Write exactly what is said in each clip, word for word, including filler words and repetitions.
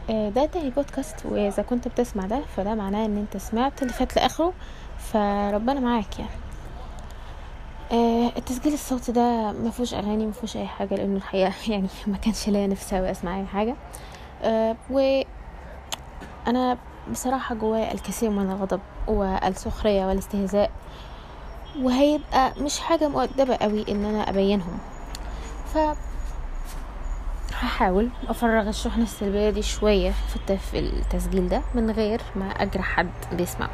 آه، ده تاني بودكاست، واذا كنت بتسمع ده فده معناه ان انت سمعت اللي فات لاخره، فربنا معاك يعني. آه، التسجيل الصوتي ده ما فيهوش اغاني، ما فيهوش اي حاجه، لانه الحقيقه يعني ما كانش ليا نفسي أوي اسمع اي حاجه. آه، وانا بصراحه جوايا الكثير من الغضب والسخريه والاستهزاء، وهيبقى مش حاجه مؤدبه قوي ان انا ابينهم. ف هحاول افرغ الشحنة السلبية دي شوية في التف- في التسجيل ده من غير ما اجرح حد بيسمع.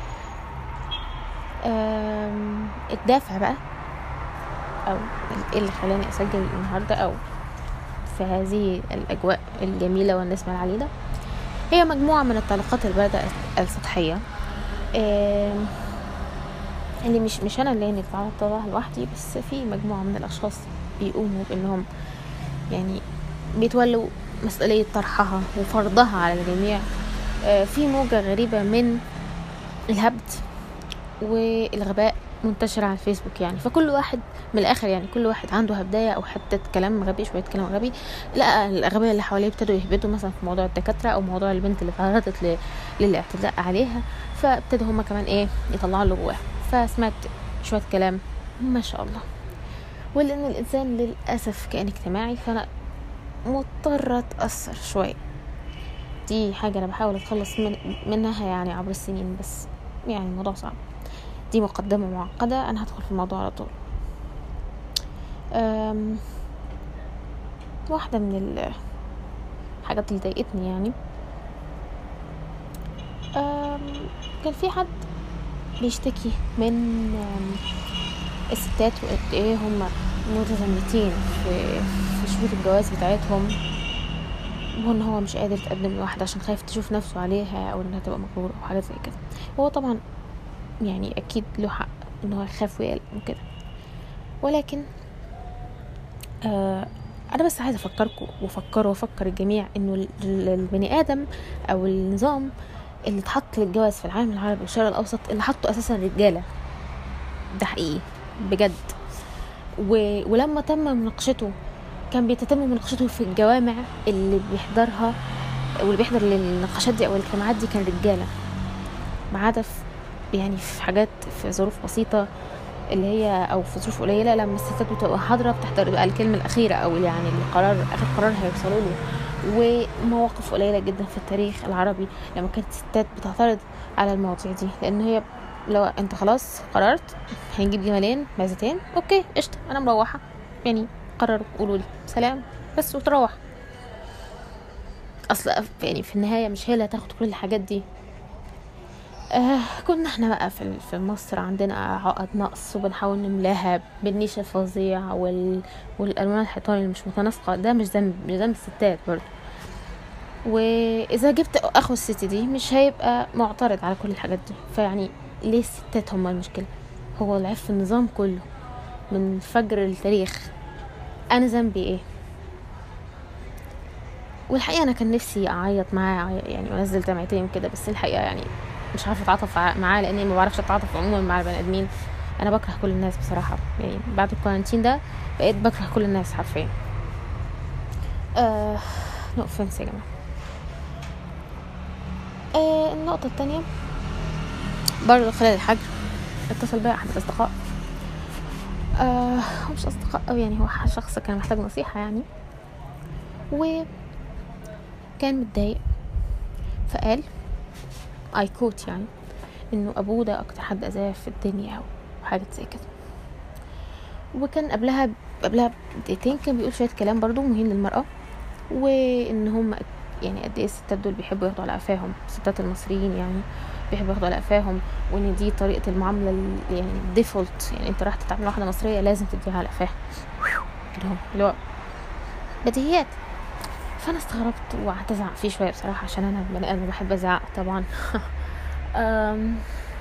أم، الدافع بقى، او ايه اللي خلاني اسجل النهاردة او في هذه الاجواء الجميلة والنسمة العليلة، هي مجموعة من الطلقات الباردة السطحية. أم، اللي مش مش انا اللي اني تعرضت لها لوحدي، بس في مجموعة من الاشخاص بيقوموا بانهم يعني بيتولوا مسؤولية طرحها وفرضها على الجميع. آه، في موجة غريبة من الهبد والغباء منتشرة على الفيسبوك يعني. فكل واحد من الآخر يعني كل واحد عنده هبداية أو حتة كلام غبي، شوية كلام غبي، لا الأغبياء اللي حواليه ابتدوا يهبطوا مثلا في موضوع الدكاترة أو موضوع البنت اللي تعرضت ل... للاعتداء عليها، فابتدوا هما كمان ايه يطلعوا اللي جواها. فسمعت شوية كلام ما شاء الله، ولأن الإنسان للأسف كائن اجتماعي، فأنا مضطرة أتأثر شوية. دي حاجة أنا بحاول أتخلص من منها يعني عبر السنين، بس يعني الموضوع صعب. دي مقدمة معقدة، أنا هدخل في الموضوع على طول. أم، واحدة من الحاجات اللي ضايقتني يعني، أم، كان في حد بيشتكي من أم، الستات وقد ايه هم متزمتين في في شروط الجواز بتاعتهم، وان هو مش قادر يتقدم لواحدة عشان خايف تشوف نفسه عليها او انها تبقى مغرورة او حاجات زي كده. هو طبعا يعني اكيد له حق ان هو يخاف ويقلق وكده، ولكن آه انا بس عايزه افكركم وافكر وافكر الجميع انه ال- ال- البني ادم او النظام اللي اتحط للجواز في العالم العربي والشرق الاوسط اللي حطه اساسا رجاله، ده حقيقي بجد. و... ولما تم مناقشته كان بيتم مناقشته في الجوامع اللي بيحضرها واللي بيحضر للنقاشات دي او الاجتماعات دي كان رجاله، ما عدا في يعني في حاجات في ظروف بسيطه اللي هي او في ظروف قليله لما الستات بتبقى حاضره بتحضر بقى الكلمه الاخيره او يعني القرار اخر قرار هيوصلوا له. ومواقف قليله جدا في التاريخ العربي لما كانت الستات بتعترض على المواضيع دي، لان هي لو انت خلاص قررت هنجيب جمالين معزتين، اوكي قشطه انا مروحه يعني، قرروا قولوا لي سلام بس وتروح. اصل يعني في النهايه مش هي اللي هتاخد كل الحاجات دي. آه كنا احنا بقى في في مصر عندنا عقد نقص وبنحاول نملاها بالنيش الفظيع وال والالوان الحيطان اللي مش متناسقه. ده مش ذنب مش ذنب الستات برضه. واذا جبت اخو الست دي مش هيبقى معترض على كل الحاجات دي، فيعني ليه الستات هم المشكله؟ هو العيب في النظام كله من فجر التاريخ. انا ذنبي ايه؟ والحقيقه انا كان نفسي اعيط معاه يعني وانزل دمعتين كده، بس الحقيقه يعني مش عارفه اتعاطف معاه لاني ما بعرفش اتعاطف عموما مع البني ادمين. انا بكره كل الناس بصراحه يعني، بعد الكورنتين ده بقيت بكره كل الناس حرفيا. آه نو اوفنس يا جماعه. آه النقطه الثانيه برضه خلال الحجر اتصل بيا احد الاصدقاء، آه هو مش اصدقاء قوي يعني، هو شخص كان محتاج نصيحه يعني، وكان متضايق فقال اي كوت يعني انه ابوه ده اكتر حد اذاه في الدنيا وحاجات زي كده. وكان قبلها قبلها بدقيقتين كان بيقول شويه كلام برضو مهين للمراه، وان هم يعني قد ايه الستات دول بيحبوا ياخدوا على قفاهم، الستات المصريين يعني بيحبوا ياخدوا على قفاهم، وان دي طريقه المعامله يعني الديفولت، يعني انت راح تتعامل واحده مصريه لازم تديها على قفاها كده، اللي هو بديهيات. فانا استغربت وقعدت ازعق فيه شويه بصراحه عشان انا بني ادم بحب ازعق طبعا. أم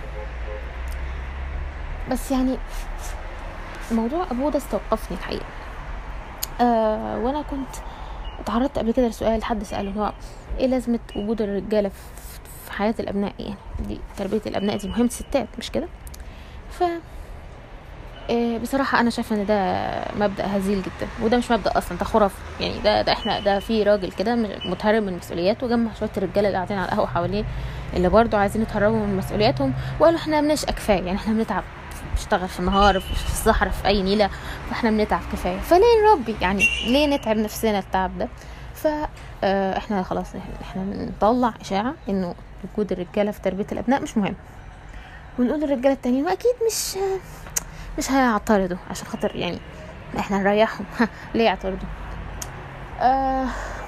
بس يعني موضوع ابوه ده استوقفني الحقيقه. أه وانا كنت اتعرضت قبل كده لسؤال حد سأله، هو ايه لازمة وجود الرجالة في حياة الابناء؟ يعني دي تربية الابناء دي مهمة ستات مش كده؟ ف إيه بصراحة أنا شايفة إن ده مبدأ هزيل جدا، وده مش مبدأ أصلا، ده خرافة يعني. ده ده إحنا ده في راجل كده متهرب من مسؤولياته، وجمع شوية الرجالة اللي قاعدين على القهوة حواليه اللي برضو عايزين يتهربوا من مسؤولياتهم، وقالوا إحنا بنشقى كفاية، يعني إحنا بنتعب، بنشتغل في النهار في الصحراء في أي نيلة، فإحنا بنتعب كفاية، فليه نربي يعني؟ ليه نتعب نفسنا التعب ده؟ ف آه، إحنا خلاص إحنا نطلع إشاعة إنه وجود الرجالة في تربية الأبناء مش مهم، ونقول للرجالة التانيين وأكيد مش مش هيعترضوا عشان خاطر يعني احنا نريحهم. ليه يعترضوا؟ آه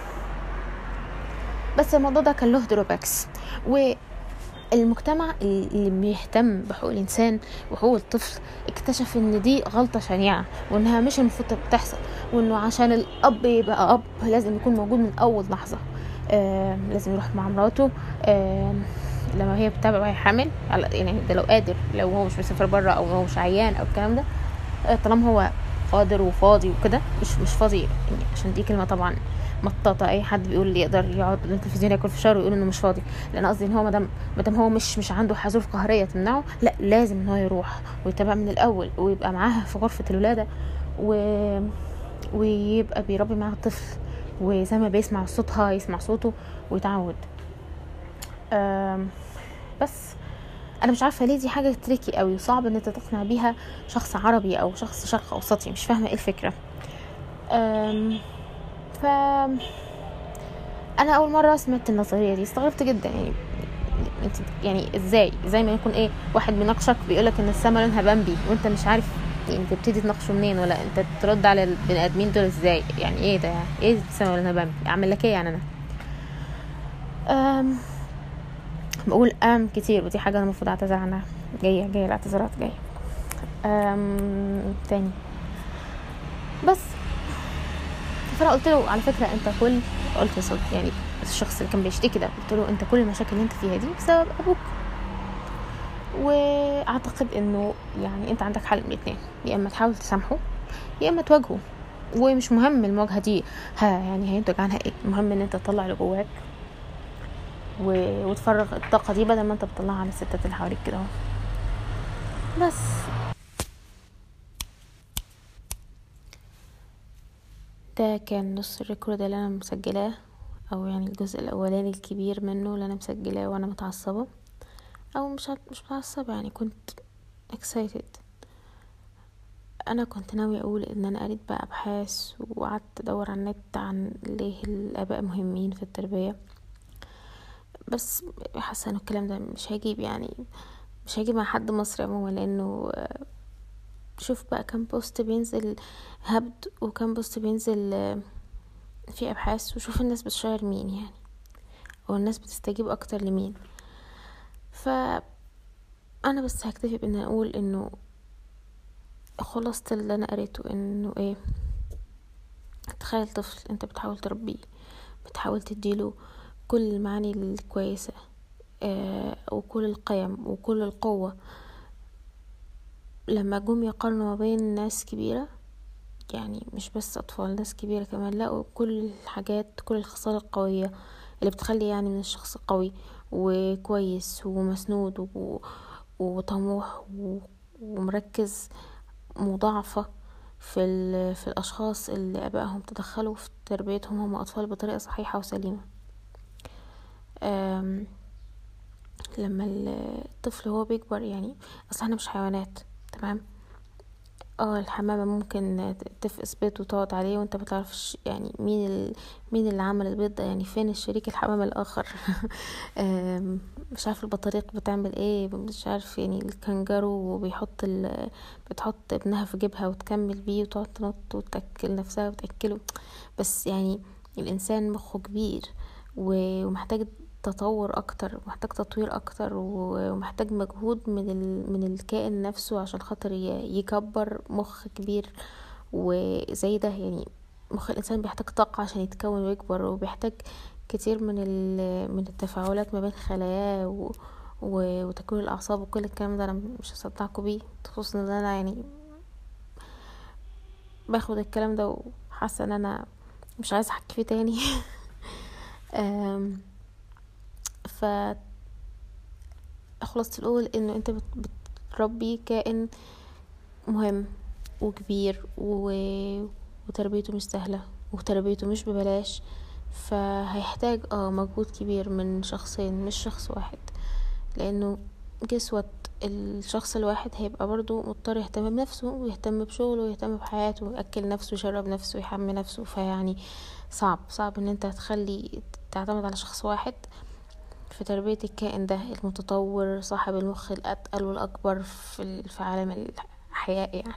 بس الموضوع ده كان له دروباكس، والمجتمع اللي بيهتم بحقوق الانسان وحقوق الطفل اكتشف ان دي غلطة شنيعة، وانها مش المفروض تحصل، وانه عشان الاب يبقى اب لازم يكون موجود من اول لحظة. آه لازم يروح مع مراته آه لما هي بتتابع وهي حامل، يعني ده لو قادر، لو هو مش مسافر بره او هو مش عيان او الكلام ده، طالما هو قادر وفاضي وكده، مش مش فاضي يعني عشان دي كلمه طبعا مطاطه، اي حد بيقول لي يقدر يقعد قدام التلفزيون ياكل فشار ويقول انه مش فاضي، لان قصدي ان هو مدام مدام هو مش مش عنده حظوظ قهريه تمنعه، لا لازم ان هو يروح ويتابع من الاول ويبقى معاها في غرفه الولاده، و... ويبقى بيربي معاها الطفل، وزي ما بيسمع صوتها يسمع صوته ويتعود. أم... بس انا مش عارفه ليه دي حاجه تريكي قوي وصعب ان انت تقنع بيها شخص عربي او شخص شرق اوسطي، مش فاهمه ايه الفكره. أم ف انا اول مره سمعت النظريه دي استغربت جدا، يعني انت يعني ازاي ازاي ما يكون ايه واحد بيناقشك بيقولك ان السما لونها بامبي وانت مش عارف يعني تبتدي تناقشه منين، ولا انت ترد على البني ادمين دول ازاي؟ يعني ايه ده؟ ايه السما لونها بامبي؟ اعمل لك ايه يعني؟ انا أم بقول ام كتير، ودي حاجه انا المفروض اعتذر عنها، جايه جايه الاعتذارات جايه. أم تاني بس فانا قلت له على فكره انت كل قلت صوت يعني الشخص اللي كان بيشتكي ده، قلت له انت كل المشاكل اللي انت فيها دي بسبب ابوك، واعتقد انه يعني انت عندك حل من الاثنين، يا اما تحاول تسامحه يا اما تواجهه، ومش مهم المواجهه دي ها يعني هينتج عنها ايه، المهم ان انت تطلع اللي جواك و... وتفرغ الطاقه دي بدل ما انت بتطلعها على الستات اللي حواليك كده. بس ده كان نص الريكورد اللي انا مسجلاه، او يعني الجزء الاولاني الكبير منه اللي انا مسجلاه وانا متعصبه، او مش مش متعصبه يعني كنت excited. انا كنت ناوي اقول ان انا قريت بقى ابحاث وقعدت ادور على النت عن ليه الاباء مهمين في التربيه، بس حاسه ان الكلام ده مش هيجيب يعني مش هيجيب مع حد مصري عموما، لانه شوف بقى كام بوست بينزل هبد وكام بوست بينزل في ابحاث، وشوف الناس بتشير مين يعني، او الناس بتستجيب اكتر لمين. ف انا بس هكتفي بان اقول انه خلاصة اللي انا قريته انه ايه، تخيل طفل انت بتحاول تربيه، بتحاول تديله كل المعاني الكويسة آه وكل القيم وكل القوة، لما جم يقارنوا ما بين ناس كبيرة، يعني مش بس اطفال، ناس كبيرة كمان، لقوا كل الحاجات كل الخصال القوية اللي بتخلي يعني من الشخص قوي وكويس ومسنود و... وطموح و... ومركز، مضاعفة في ال... في الاشخاص اللي ابائهم تدخلوا في تربيتهم هم اطفال بطريقة صحيحة وسليمة. أم... لما الطفل هو بيكبر يعني اصلا احنا مش حيوانات، تمام؟ اه الحمامة ممكن تفقس بيض وتقعد عليه وانت بتعرفش يعني مين ال... مين اللي عمل البيض ده، يعني فين الشريك الحمامة الاخر. مش عارف البطاريق بتعمل ايه، مش عارف يعني الكنجارو بيحط ال... بتحط ابنها في جيبها وتكمل بيه وتقعد تنط وتاكل نفسها وتاكله، بس يعني الانسان مخه كبير ومحتاج تطور اكتر ومحتاج تطوير اكتر ومحتاج مجهود من ال... من الكائن نفسه عشان خاطر يكبر مخ كبير وزي ده. يعني مخ الانسان بيحتاج طاقة عشان يتكون ويكبر، وبيحتاج كتير من من التفاعلات ما بين خلاياه و... و... وتكوين الاعصاب وكل الكلام ده. انا مش هصدقكم بيه، خصوصا ان انا يعني باخد الكلام ده وحاسه ان انا مش عايزه احكي فيه تاني. ف خلاص تقول انه انت بتربي كائن مهم وكبير و... وتربيته مش سهلة وتربيته مش ببلاش، فهيحتاج اه مجهود كبير من شخصين مش شخص واحد، لانه جسوة الشخص الواحد هيبقى برضو مضطر يهتم بنفسه ويهتم بشغله ويهتم بحياته ويأكل نفسه ويشرب نفسه ويحمي نفسه. فيعني صعب صعب ان انت تخلي تعتمد على شخص واحد في تربية الكائن ده المتطور صاحب المخ الأتقل والأكبر في في عالم الأحياء يعني.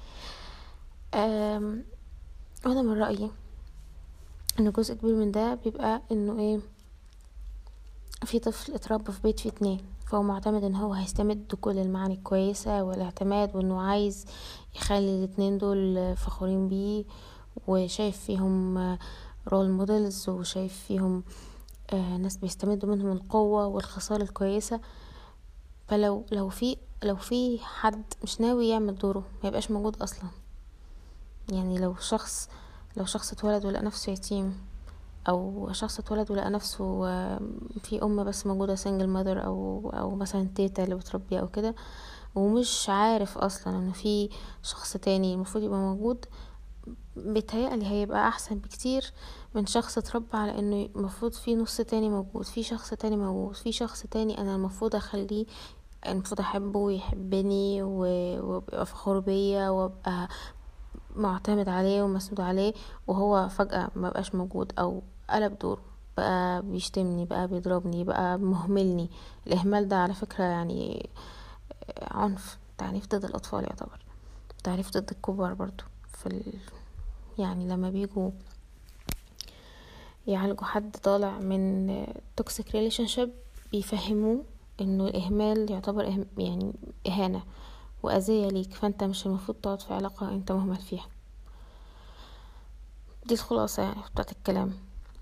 أم، وانا من رأيي ان جزء كبير من ده بيبقى انه ايه، في طفل اتربى في بيت فيه اتنين، فهو معتمد ان هو هيستمد كل المعاني الكويسة والاعتماد، وانه عايز يخلي الاتنين دول فخورين بيه وشايف فيهم رول موديلز وشايف فيهم آه ناس بيستمدوا منهم القوة والخصال الكويسة. فلو لو في لو في حد مش ناوي يعمل دوره ما يبقاش موجود اصلا. يعني لو شخص لو شخص اتولد ولقى نفسه يتيم، او شخص اتولد ولقى نفسه في ام بس موجوده سنجل ماذر، او او مثلا تيتا اللي بتربيه او كده، ومش عارف اصلا ان في شخص تاني المفروض يبقى موجود، بيتهيألي هيبقى احسن بكتير من شخص اتربى على انه المفروض في نص تاني موجود، في شخص تاني موجود، في شخص تاني انا المفروض اخليه، المفروض احبه ويحبني وابقى فخور بيا وابقى معتمد عليه ومسنود عليه، وهو فجأة ما بقاش موجود او قلب دوره، بقى بيشتمني، بقى بيضربني، بقى مهملني. الاهمال ده على فكرة يعني عنف، تعنيف ضد الاطفال، يعتبر تعنيف ضد الكبار برضو. في ال... يعني لما بيجوا يعالجوا حد طالع من توكسيك ريليشنشيب بيفهموه انه الاهمال يعتبر إهم يعني اهانة واذية ليك، فانت مش المفروض تقعد في علاقة انت مهمل فيها. دي الخلاصة يعني بتاعت الكلام.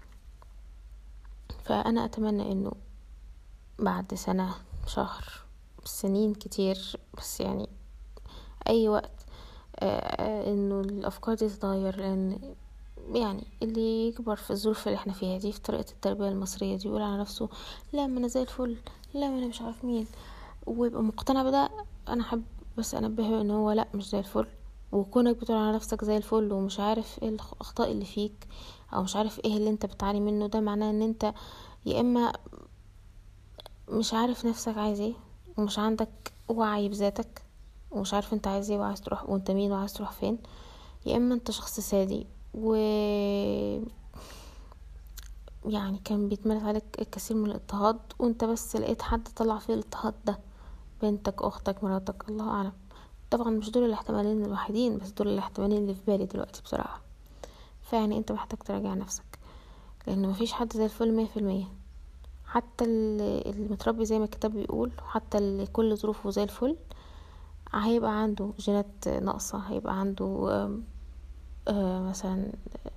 فانا اتمنى انه بعد سنة، شهر، سنين كتير، بس يعني اي وقت آه انه الافكار دي تتغير، لان يعني اللي يكبر في الظروف اللي احنا فيها دي في طريقة التربية المصرية دي يقول على نفسه لا ما انا زي الفل، لا ما انا مش عارف مين، ويبقى مقتنع بده، انا حب بس انبهه ان هو لا مش زي الفل. وكونك بتقول على نفسك زي الفل ومش عارف ايه الاخطاء اللي فيك او مش عارف ايه اللي انت بتعاني منه، ده معناه ان انت يا اما مش عارف نفسك عايز ايه ومش عندك وعي بذاتك ومش عارف انت عايز ايه وعايز تروح وانت مين وعايز تروح فين، يا اما انت شخص سادي و يعني كان بيتمارس عليك الكثير من الاضطهاد وانت بس لقيت حد طلع فيه الاضطهاد ده، بنتك، اختك، مراتك، الله اعلم. طبعا مش دول الاحتمالين الوحيدين، بس دول الاحتمالين اللي في بالي دلوقتي بصراحة. فيعني انت محتاج تراجع نفسك، لان مفيش حد زي الفل مية في المية. حتى اللي متربي زي ما الكتاب بيقول، حتى اللي كل ظروفه زي الفل، هيبقى عنده جينات ناقصة، هيبقى عنده آم آم مثلا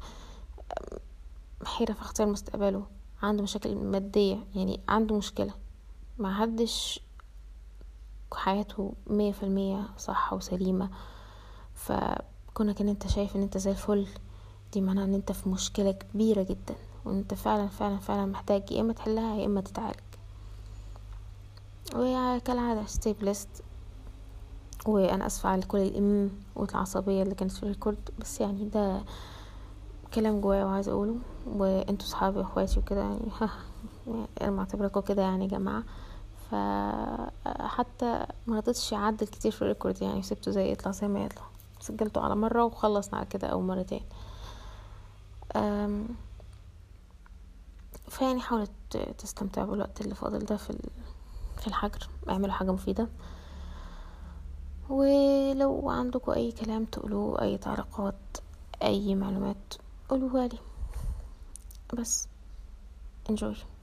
حيرة في اختيار مستقبله، عنده مشاكل مادية، يعني عنده مشكلة. ما حدش حياته مية في المية صح وسليمة. فكونك ان انت شايف ان انت زي الفل، دي معناها ان انت في مشكلة كبيرة جدا، وان انت فعلا فعلا فعلا محتاج يا اما تحلها يا اما تتعالج. وكالعادة stay blessed. وانا اسفة على كل الام والعصبية اللي كانت في الريكورد، بس يعني ده كلام جوايا وعايز اقوله، وانتوا صحابي واخواتي وكده يعني ها انا معتبركم كده يعني يا جماعة. فحتى ما رضيتش اعدل كتير في الريكورد، يعني سبته زي يطلع زي ما يطلع، سجلته على مرة وخلصنا على كده او مرتين. أم فيعني حاولت تستمتعوا بالوقت اللي فاضل ده في في الحجر، اعملوا حاجة مفيدة. ولو عندكم اي كلام تقولوه، اي تعليقات، اي معلومات قولوها لي. بس enjoy.